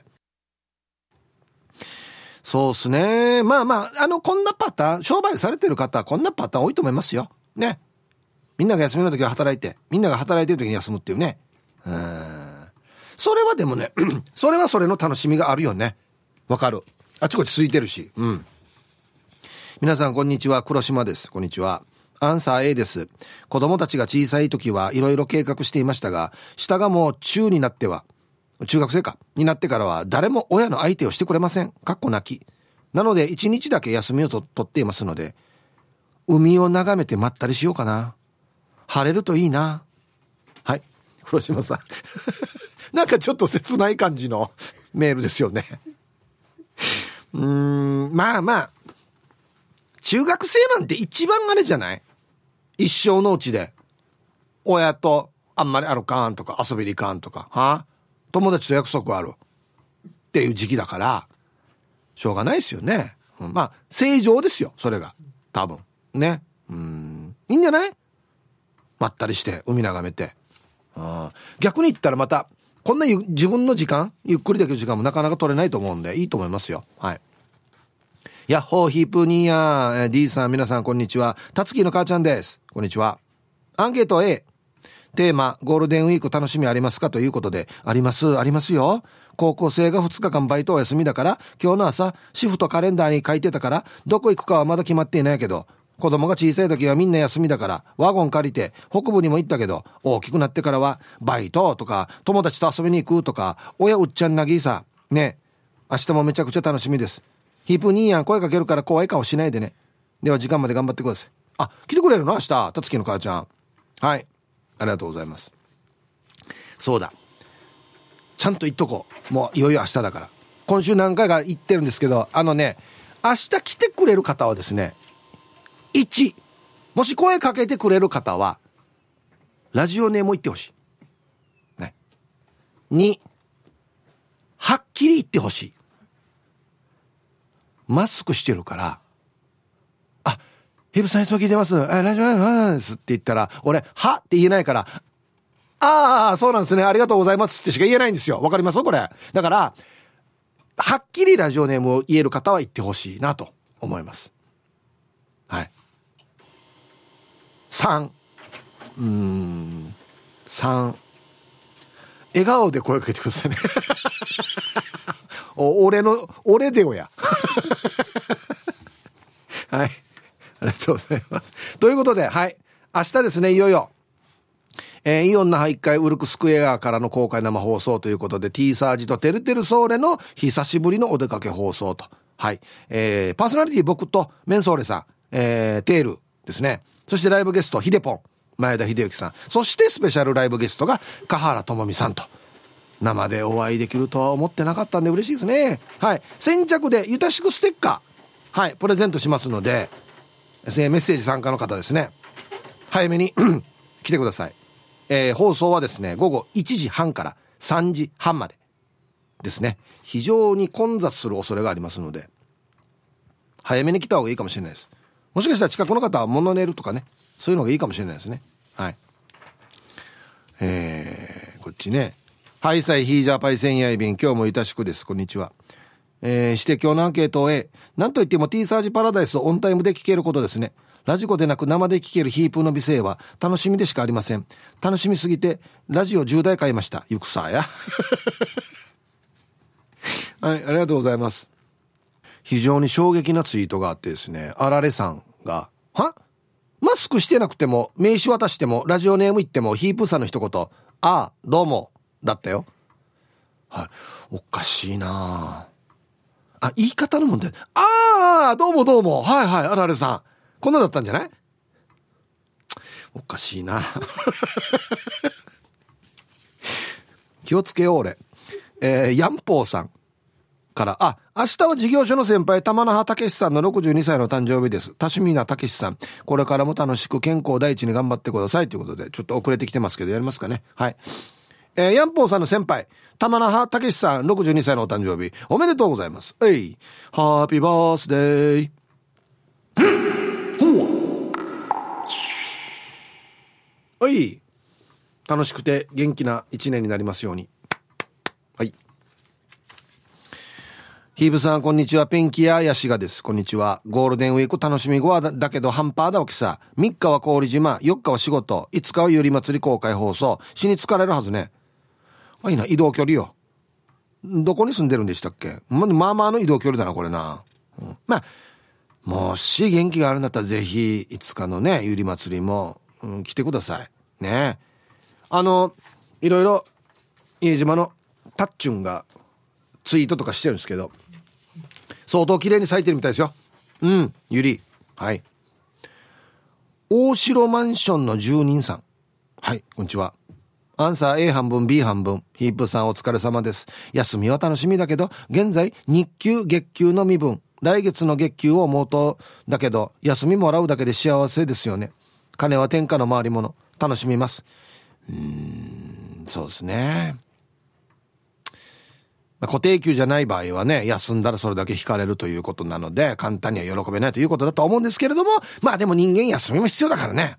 そうっすね。こんなパターン、商売されてる方はこんなパターン多いと思いますよね。みんなが休みの時は働いて、みんなが働いてる時に休むっていうね。 それはでもねそれはそれの楽しみがあるよね。わかる。あちこち空いてるし。うん。皆さんこんにちは、黒島です。こんにちは。アンサー A です。子供たちが小さい時はいろいろ計画していましたが、下がもう中になっては、中学生かになってからは誰も親の相手をしてくれません。かっこ泣き。なので1日だけ休みを取っていますので、海を眺めてまったりしようかな。晴れるといいな。はい、黒島さんなんかちょっと切ない感じのメールですよね。まあまあ中学生なんて一番あれじゃない？一生のうちで親とあんまり歩かんとか遊びに行かんとか、友達と約束あるっていう時期だからしょうがないですよね。まあ正常ですよ、それが多分ね。いいんじゃない？まったりして海眺めて。逆に言ったらまたこんな自分の時間、ゆっくりできる時間もなかなか取れないと思うんでいいと思いますよ。はい。ヤッホーヒープニーヤー D さん、皆さんこんにちは。たつきの母ちゃんです。こんにちは。アンケート A、 テーマゴールデンウィーク楽しみありますかということで、ありますよ。高校生が2日間バイトお休みだから、今日の朝シフトカレンダーに書いてたから、どこ行くかはまだ決まっていないけど、子供が小さい時はみんな休みだからワゴン借りて北部にも行ったけど、大きくなってからはバイトとか友達と遊びに行くとか、親うっちゃんなぎさね。明日もめちゃくちゃ楽しみです。ヒープニーヤン声かけるから怖い顔しないでね。では時間まで頑張ってください。来てくれるの明日、たつきの母ちゃん。はい、ありがとうございます。そうだ、ちゃんと言っとこう。もういよいよ明日だから。今週何回か言ってるんですけど、明日来てくれる方はですね、1、もし声かけてくれる方はラジオネーム言ってほしい、ね、2、はっきり言ってほしい。マスクしてるから、ヒブさんいつも聞いてます、ラジオネームですって言ったら、俺はって言えないから、そうなんですね、ありがとうございますってしか言えないんですよ。わかりますこれ。だからはっきりラジオネームを言える方は言ってほしいなと思います。はい。3、笑顔で声かけてくださいね俺でよやはい、ありがとうございます。ということで、はい、明日ですね、いよいよイオン那覇1階ウルクスクエアからの公開生放送ということで、 T サージとてるてるソーレの久しぶりのお出かけ放送と、はい、パーソナリティ僕とメンソーレさん、テールですね。そしてライブゲストヒデポン前田秀幸さん、そしてスペシャルライブゲストが香原朋美さんと、生でお会いできるとは思ってなかったんで嬉しいですね。はい、先着でゆたしくステッカー、はい、プレゼントしますので、メッセージ参加の方ですね、早めに来てください。放送はですね、午後1時半から3時半までですね。非常に混雑する恐れがありますので、早めに来た方がいいかもしれないです。もしかしたら近くの方はモノレールとかね、そういうのがいいかもしれないですね。はい。こっちね。ハイサイヒージャーパイセンヤイビン、今日もいたしくです。こんにちは。して今日のアンケート A、 なんといっても T サージパラダイスをオンタイムで聞けることですね。ラジコでなく生で聞けるヒープーの美声は楽しみでしかありません。楽しみすぎてラジオ10台買いました。ゆくさやはい、ありがとうございます。非常に衝撃なツイートがあってですね、あられさんがマスクしてなくても名刺渡してもラジオネーム言ってもヒープーさんの一言どうもだったよ。はい、おかしいな言い方の問題。どうもどうも、はいはい、あられさんこんなだったんじゃない？おかしいな気をつけよう俺。ヤンポーさんから明日は事業所の先輩玉那覇武さんの62歳の誕生日です。多趣味な武さん、これからも楽しく健康第一に頑張ってくださいということで、ちょっと遅れてきてますけどやりますかね。はい。ヤンポーさんの先輩玉那覇武さん62歳のお誕生日おめでとうございます。ハッピーバースデー楽しくて元気な一年になりますように。はい。ヒーブさんこんにちは、ペンキやヤシガです。こんにちは。ゴールデンウィーク楽しみ後は だけどハンパーだおきさ。3日は氷島、4日は仕事、5日はゆり祭り公開放送しに疲れるはずね。 いいな、移動距離よ。どこに住んでるんでしたっけ？まあまあの移動距離だな、これな。まあ、もし元気があるんだったらぜひ、いつかのね、ゆり祭りも、来てください。ね。いろいろ、家島のタッチュンがツイートとかしてるんですけど、相当綺麗に咲いてるみたいですよ。ゆり。はい。大城マンションの住人さん。はい、こんにちは。アンサー A 半分 B 半分。ヒープさんお疲れ様です。休みは楽しみだけど、現在日給月給の身分、来月の月給を思うとだけど、休みもらうだけで幸せですよね。金は天下の回り物。楽しみます。そうですね。固定給じゃない場合はね、休んだらそれだけ引かれるということなので、簡単には喜べないということだと思うんですけれども、まあでも人間休みも必要だからね。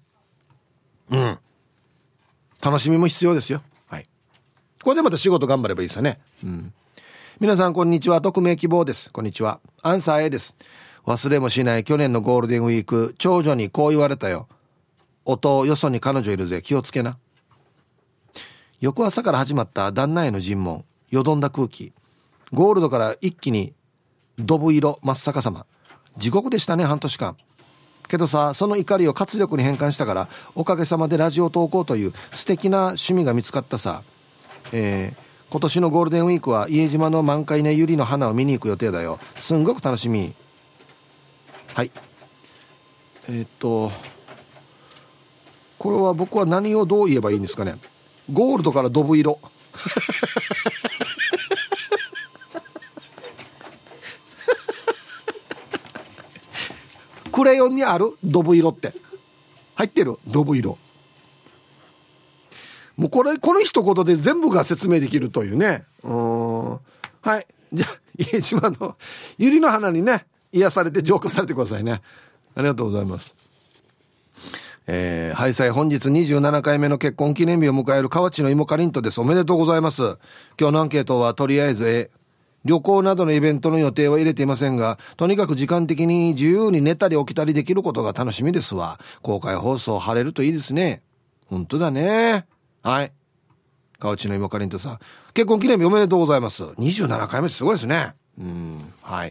楽しみも必要ですよ。はい。これでまた仕事頑張ればいいですよね。皆さんこんにちは。匿名希望です。こんにちは。アンサー A です。忘れもしない去年のゴールデンウィーク、長女にこう言われたよ。音よそに彼女いるぜ、気をつけな。翌朝から始まった旦那への尋問、よどんだ空気、ゴールドから一気にドブ色真っ逆さま、地獄でしたね。半年間けどさ、その怒りを活力に変換したから、おかげさまでラジオ投稿という素敵な趣味が見つかったさ。今年のゴールデンウィークは家島の満開ねゆりの花を見に行く予定だよ。すんごく楽しみ。はい。これは僕は何をどう言えばいいんですかね。ゴールドからドブ色クレヨンにあるドブ色って入ってる。ドブ色、もうこの一言で全部が説明できるというね。はい。じゃあ家島のユリの花にね癒されて浄化されてくださいね。ありがとうございます。ハイサイ、本日27回目の結婚記念日を迎える河内の芋かりんとです。おめでとうございます。今日のアンケートはとりあえず A。旅行などのイベントの予定は入れていませんが、とにかく時間的に自由に寝たり起きたりできることが楽しみですわ。公開放送晴れるといいですね。本当だね。はい。河内の芋かりんとさん、結婚記念日おめでとうございます。27回目ってすごいですね。はい。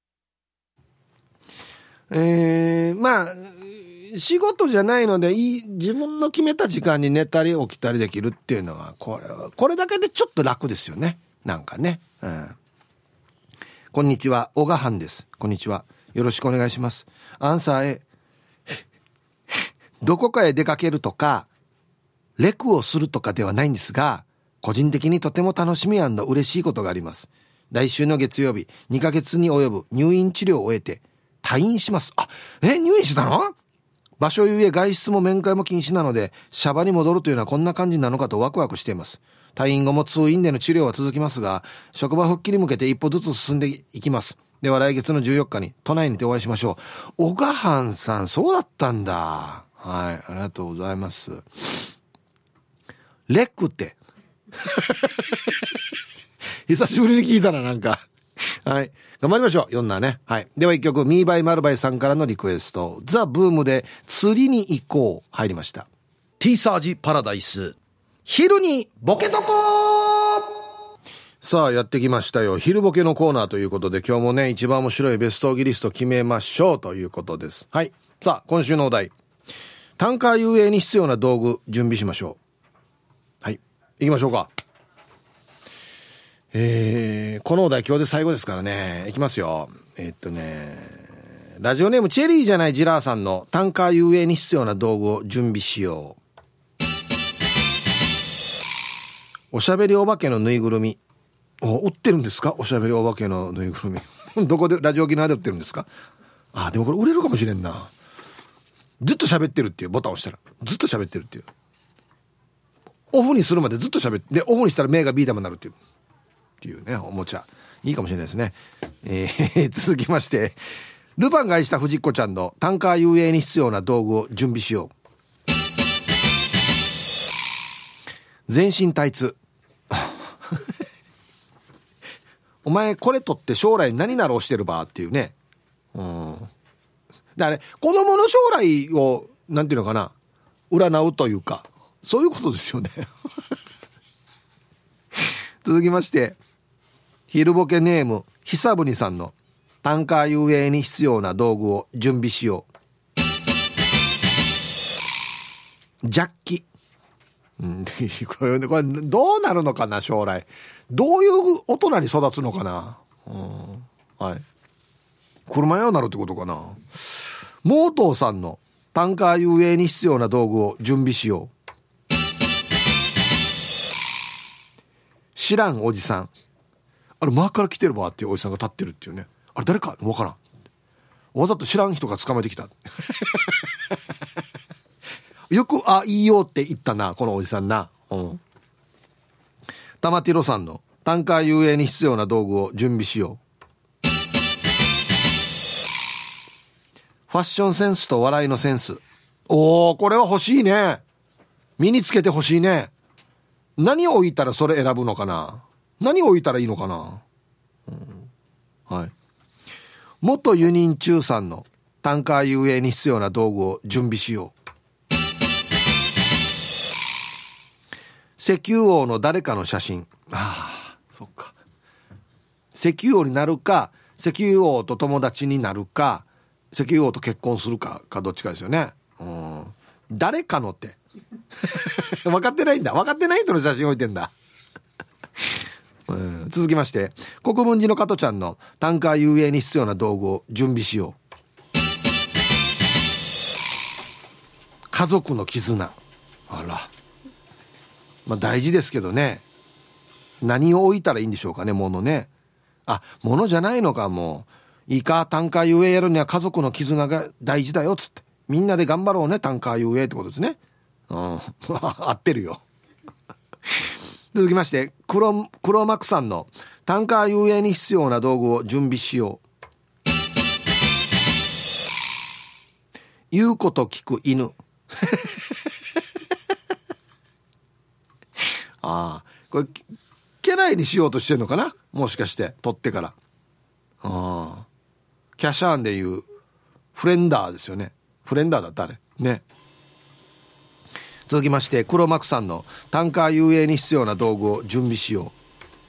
まあ仕事じゃないので自分の決めた時間に寝たり起きたりできるっていうのはこれだけでちょっと楽ですよね。なんかね。こんにちは、小賀藩です。こんにちは、よろしくお願いします。アンサー A。 どこかへ出かけるとかレクをするとかではないんですが、個人的にとても楽しみ&嬉しいことがあります。来週の月曜日、2ヶ月に及ぶ入院治療を終えて退院します。入院してたの？場所ゆえ外出も面会も禁止なので、シャバに戻るというのはこんな感じなのかとワクワクしています。退院後も通院での治療は続きますが、職場復帰に向けて一歩ずつ進んでいきます。では来月の14日に都内にてお会いしましょう。小賀藩さん、そうだったんだ。はい、ありがとうございます。レックって久しぶりに聞いたな、なんか。はい、頑張りましょう。読んだね。はい。では一曲、ミーバイマルバイさんからのリクエスト、ザ・ブームで釣りに行こう入りました。 ティーサージパラダイス、昼にボケとこさあやってきましたよ、昼ボケのコーナーということで、今日もね一番面白いベストギリスト決めましょうということです。はい。さあ今週のお題、タンカー遊泳に必要な道具準備しましょう。はい、行きましょうか。このお題今日で最後ですからね、いきますよ。ラジオネームチェリーじゃないジラーさんのタンカー遊泳に必要な道具を準備しよう。おしゃべりお化けのぬいぐるみ。売ってるんですか？おしゃべりお化けのぬいぐるみどこで、ラジオ沖縄で売ってるんですか？でもこれ売れるかもしれんな。ずっと喋ってるっていうボタンを押したらずっと喋ってるっていう、オフにするまでずっと喋って、でオフにしたら目がビー玉になるっていうね、おもちゃいいかもしれないですね。続きまして、ルパンが愛した藤子ちゃんのタンカー遊泳に必要な道具を準備しよう。全身タイツお前これ取って将来何なろうしてるばっていうね。であれ、子供の将来をなんていうのかな、占うというかそういうことですよね続きまして、昼ボケネーム久ぶにさんのタンカー遊泳に必要な道具を準備しよう。ジャッキ、これどうなるのかな、将来どういう大人に育つのかな、はい、車用になるってことかな。モートーさんのタンカー遊泳に必要な道具を準備しよう。知らんおじさん、あれ前から来てるわっていうおじさんが立ってるっていうね。あれ誰か分からん、わざと知らん人が捕まえてきたよくいいよって言ったなこのおじさんな。玉ティロさんのタンカー遊泳に必要な道具を準備しよう。ファッションセンスと笑いのセンス。これは欲しいね。身につけて欲しいね。何を置いたらそれ選ぶのかな、何を置いたらいいのかな、はい。元輸入中さんのタンカー遊泳に必要な道具を準備しよう。石油王の誰かの写真。そっか。石油王になるか、石油王と友達になるか、石油王と結婚するかどっちかですよね。誰かのって分かってないんだ。分かってない人の写真置いてんだ続きまして、国分寺の加トちゃんのタンカー遊泳に必要な道具を準備しよう。家族の絆。あら、大事ですけどね。何を置いたらいいんでしょうかね、物ね。物じゃないのか。もういいか、タンカー遊泳やるには家族の絆が大事だよっつって、みんなで頑張ろうね、タンカー遊泳ってことですね。合ってるよ続きまして、黒幕さんのタンカー遊泳に必要な道具を準備しよう。言うこと聞く犬これ家来にしようとしてるのかな、もしかして取ってから。キャシャーンでいうフレンダーですよね。フレンダーだったあれね。続きまして、黒幕さんのタンカー遊泳に必要な道具を準備しよう。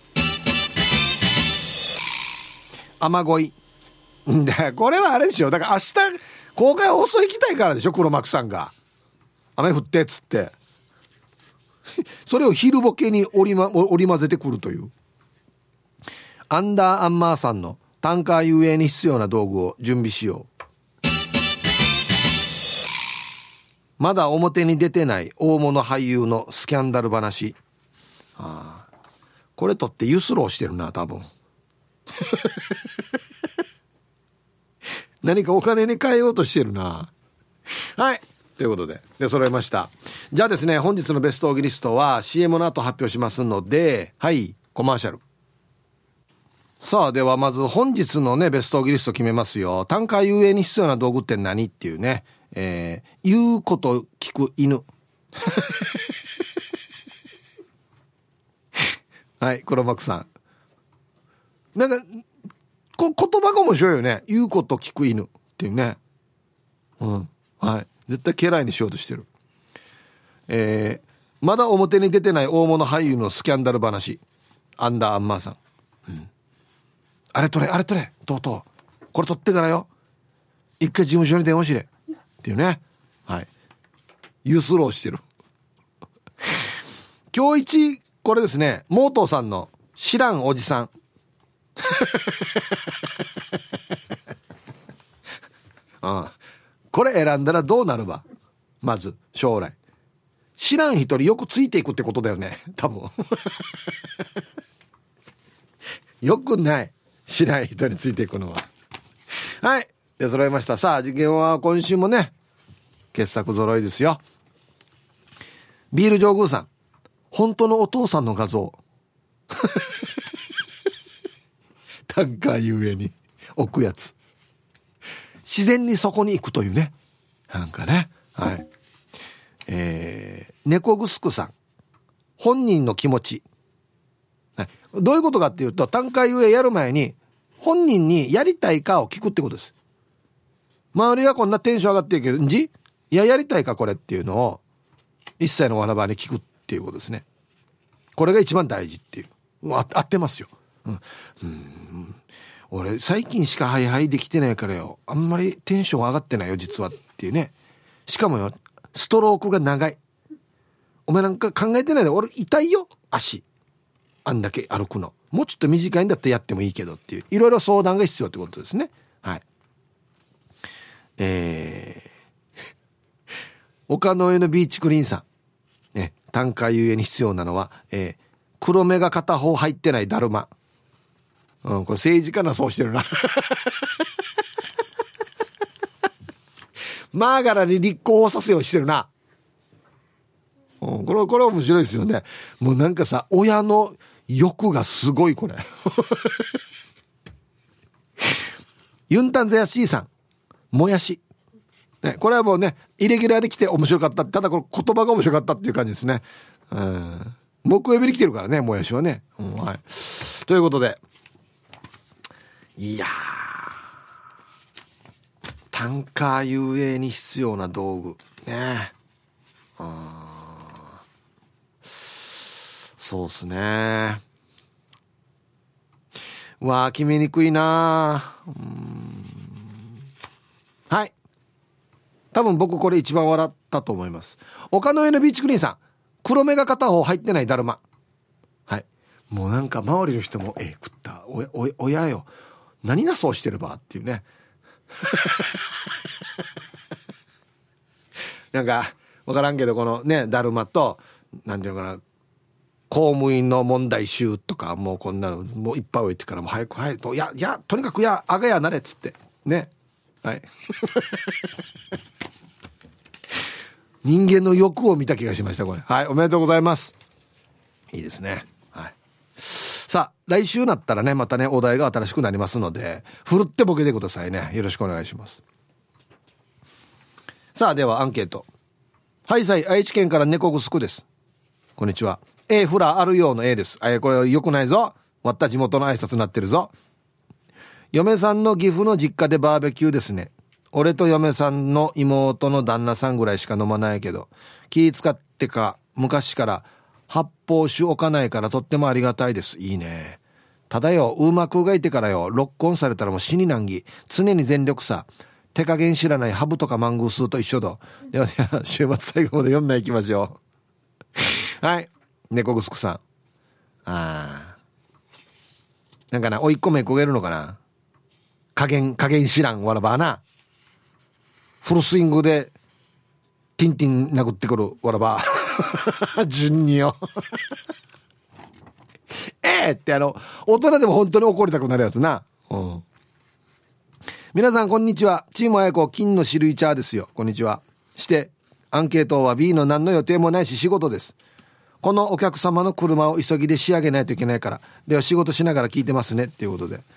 雨乞いで、これはあれでしょ。だから明日公開放送行きたいからでしょ、黒幕さんが。雨降ってっつってそれを昼ボケに織り交ぜてくるという。アンダーアンマーさんのタンカー遊泳に必要な道具を準備しよう。まだ表に出てない大物俳優のスキャンダル話。これとってユスローしてるな多分何かお金に変えようとしてるな。はい、ということで揃えました。じゃあですね、本日のベストオギリストは CM の後発表しますので、はい、コマーシャル。さあ、ではまず本日のねベストオギリスト決めますよ。タンカー遊泳に必要な道具って何っていうね。言うこと聞く犬はい、黒幕さん、なんか言葉が面白いよね。言うこと聞く犬っていうね。はい、絶対家来にしようとしてる。まだ表に出てない大物俳優のスキャンダル話。アンダーアンマーさん、あれ取れとうとうこれ取ってからよ、一回事務所に電話しれっていうね。はい、ユスローしてる今日一これですね、モートーさんの知らんおじさんこれ選んだらどうなるば。まず将来知らん人によくついていくってことだよね多分よくない、知らん人についていくのは。はい、で揃いました。さあ次元は今週もね傑作揃いですよ。ビール上宮さん、本当のお父さんの画像タンカー遊泳に置くやつ、自然にそこに行くというね、なんかね。はい、猫ぐすくさん、本人の気持ち、はい、どういうことかっていうと、タンカー遊泳やる前に本人にやりたいかを聞くってことです。周りがこんなテンション上がってるけど、やりたいかこれっていうのを一切のわらばに聞くっていうことですね。これが一番大事っていう。 合ってますよ。俺最近しかハイハイできてないからよ、あんまりテンション上がってないよ実はっていうね。しかもよ、ストロークが長い。お前なんか考えてないで、俺痛いよ足、あんだけ歩くの。もうちょっと短いんだったらやってもいいけどっていう、いろいろ相談が必要ってことですね。はい。丘の上のビーチクリーンさんね、単価ゆえに必要なのは、黒目が片方入ってないだるま。これ政治家なそうしてるなマーガラに立候補させようしてるな。これは面白いですよね。もうなんかさ、親の欲がすごいこれユンタンザヤシーさん、もやし、ね、これはもうねイレギュラーで来て面白かった。ただこれ言葉が面白かったっていう感じですね。木曜日に来てるからね、もやしはね、はい。ということで、いやー、タンカー遊泳に必要な道具ね。そうっすね。わー、決めにくいな。はい、多分僕これ一番笑ったと思います。丘の上のビーチクリーンさん、黒目が片方入ってないだるま。はい、もうなんか周りの人も食った親よ、何なそうしてればっていうねなんか分からんけど、このねだるまとなんていうのかな、公務員の問題集とかもうこんなのもういっぱい置いてからもう早くと、いやとにかくあがやなれっつってね。はい人間の欲を見た気がしましたこれ。はい、おめでとうございます。いいですね。はい、さあ来週なったらねまたねお題が新しくなりますので、ふるってボケてくださいね。よろしくお願いします。さあではアンケート。はいさい、愛知県から猫ぐすくです。こんにちは。フラあるようの A です。これ良くないぞ。割った地元の挨拶になってるぞ。嫁さんの岐阜の実家でバーベキューですね。俺と嫁さんの妹の旦那さんぐらいしか飲まないけど、気使ってか昔から発泡酒置かないからとってもありがたいです。いいね。ただよ、うまくがいてからよ、ロックオンされたらもう死に難儀。常に全力さ。手加減知らないハブとかマングースと一緒だ。では週末最後まで読んでいきましょうはい、猫ぐすくさん。なんかな、おいっ子めっ子がいるのかな。加減知らんわらばな。フルスイングでティンティン殴ってくるわらば順によって大人でも本当に怒りたくなるやつな。皆さんこんにちは。チームあやこ金の汁いチャーですよ。こんにちは。してアンケートは B の何の予定もないし仕事です。このお客様の車を急ぎで仕上げないといけないから、では仕事しながら聞いてますねっていうことで。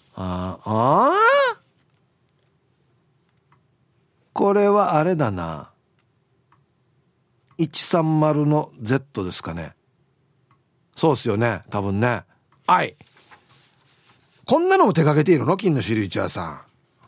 これはあれだな、130の Z ですかね。そうっすよね、多分ね。はい、こんなのも手掛けているの、金のシリーチャーさん。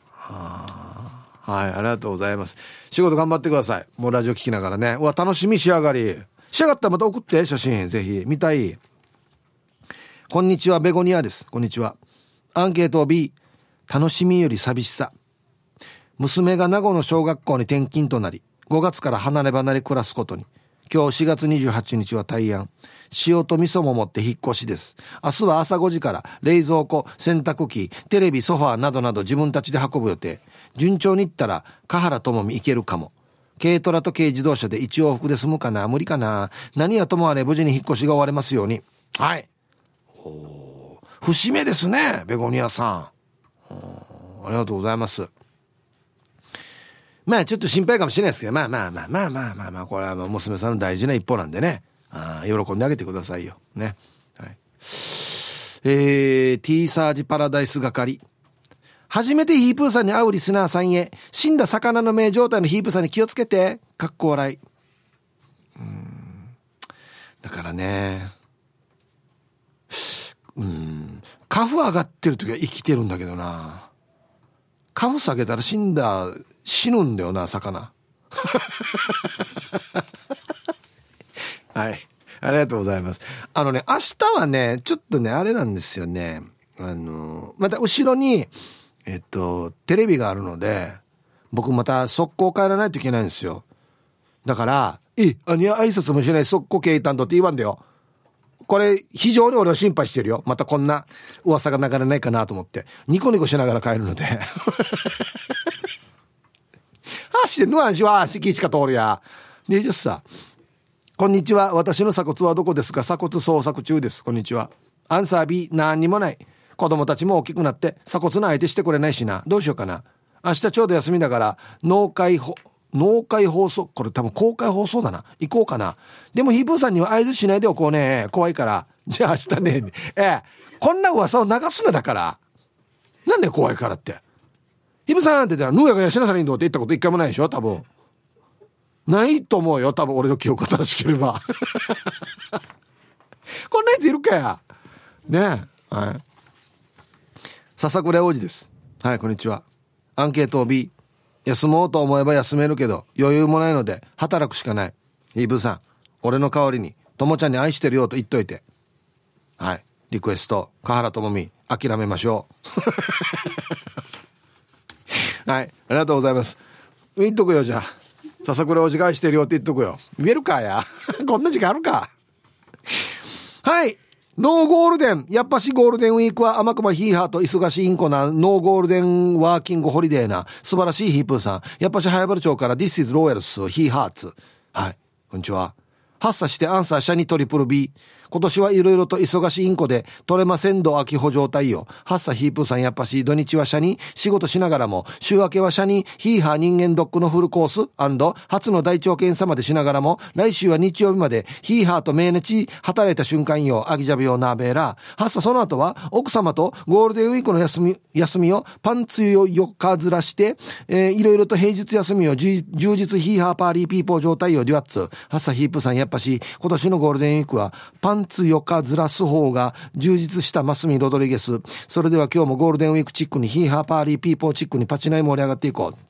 はい、ありがとうございます。仕事頑張ってください。もうラジオ聞きながらね。うわ、楽しみ。仕上がったらまた送って写真、ぜひ見たい。こんにちは、ベゴニアです。こんにちは。アンケート B、 楽しみより寂しさ。娘が名護の小学校に転勤となり、5月から離れ離れ暮らすことに。今日4月28日は大安。塩と味噌も持って引っ越しです。明日は朝5時から冷蔵庫、洗濯機、テレビ、ソファーなどなど自分たちで運ぶ予定。順調にいったら香原智美行けるかも。軽トラと軽自動車で一往復で済むかな、無理かな。何はともあれ無事に引っ越しが終われますように。はい。節目ですね、ベゴニアさん。ありがとうございます。まあちょっと心配かもしれないですけど、まあこれは娘さんの大事な一歩なんでね、喜んであげてくださいよね。はい。T サージパラダイス係。初めてヒープーさんに会うリスナーさんへ、死んだ魚の目状態のヒープーさんに気をつけて、かっこ笑い。だからね、カフ上がってる時は生きてるんだけどな、カフ下げたら死ぬんだよな、魚はい、 ありがとうございます。明日はね、ちょっとね、あれなんですよね。また後ろに、テレビがあるので、僕また速攻帰らないといけないんですよ。だから、挨拶もしない速攻経営担当って言わんだよ。これ、非常に俺は心配してるよ。またこんな噂が流れないかなと思って。ニコニコしながら帰るので。してぬわんしは、しきちか通るや。20歳。こんにちは。私の鎖骨はどこですか？鎖骨捜索中です。こんにちは。アンサー B、何にもない。子供たちも大きくなって鎖骨の相手してくれないしな。どうしようかな。明日ちょうど休みだから農会放送、これ多分公開放送だな。行こうかな。でもヒープーさんには合図しないでおこうね。怖いから。じゃあ明日ね。こんな噂を流すなだから。なんで怖いからって。ヒープーさんって言ったら、ヌーヤがやしなさらにどうって言ったこと一回もないでしょ多分。ないと思うよ。多分俺の記憶が正しければ。こんなやついるかや。ねえ。はい。笹倉王子です。はい、こんにちは。アンケートを B。休もうと思えば休めるけど余裕もないので働くしかない。イブさん、俺の代わりにともちゃんに愛してるよと言っといて。はい、リクエスト華原朋美、諦めましょう。はい、ありがとうございます。言っとくよ。じゃあ笹倉おじが愛してるよって言っとくよ。言えるかや。こんな時間あるか。はい、ノーゴールデン、やっぱしゴールデンウィークは甘くまヒーハーと忙しいインコなノーゴールデンワーキングホリデーな素晴らしいヒープーさん、やっぱし早原町から This is Royals ヒーハーツ。はい、こんにちは。発作してアンサーシャニトリプル B。今年はいろいろと忙しいインコで取れませんど秋穂状態よ。発作ヒープーさん、やっぱし土日はシャニ仕事しながらも週明けはシャニヒーハー人間ドックのフルコース&初の大腸検査までしながらも来週は日曜日までヒーハーと命日働いた瞬間よ。アギジャビオナーベーラ発作。その後は奥様とゴールデンウィークの休みをパンツを4日ずらして、いろいろと平日休みを充実ヒーハーパーリーピーポー状態よ。デュアッツ。発作ヒープーさん、やっぱし今年のゴールデンウィークはパンツ4日ずらす方が充実したマスミロドリゲス。それでは今日もゴールデンウィークチックにヒーハーパーリーピーポーチックにパチナイ盛り上がっていこう。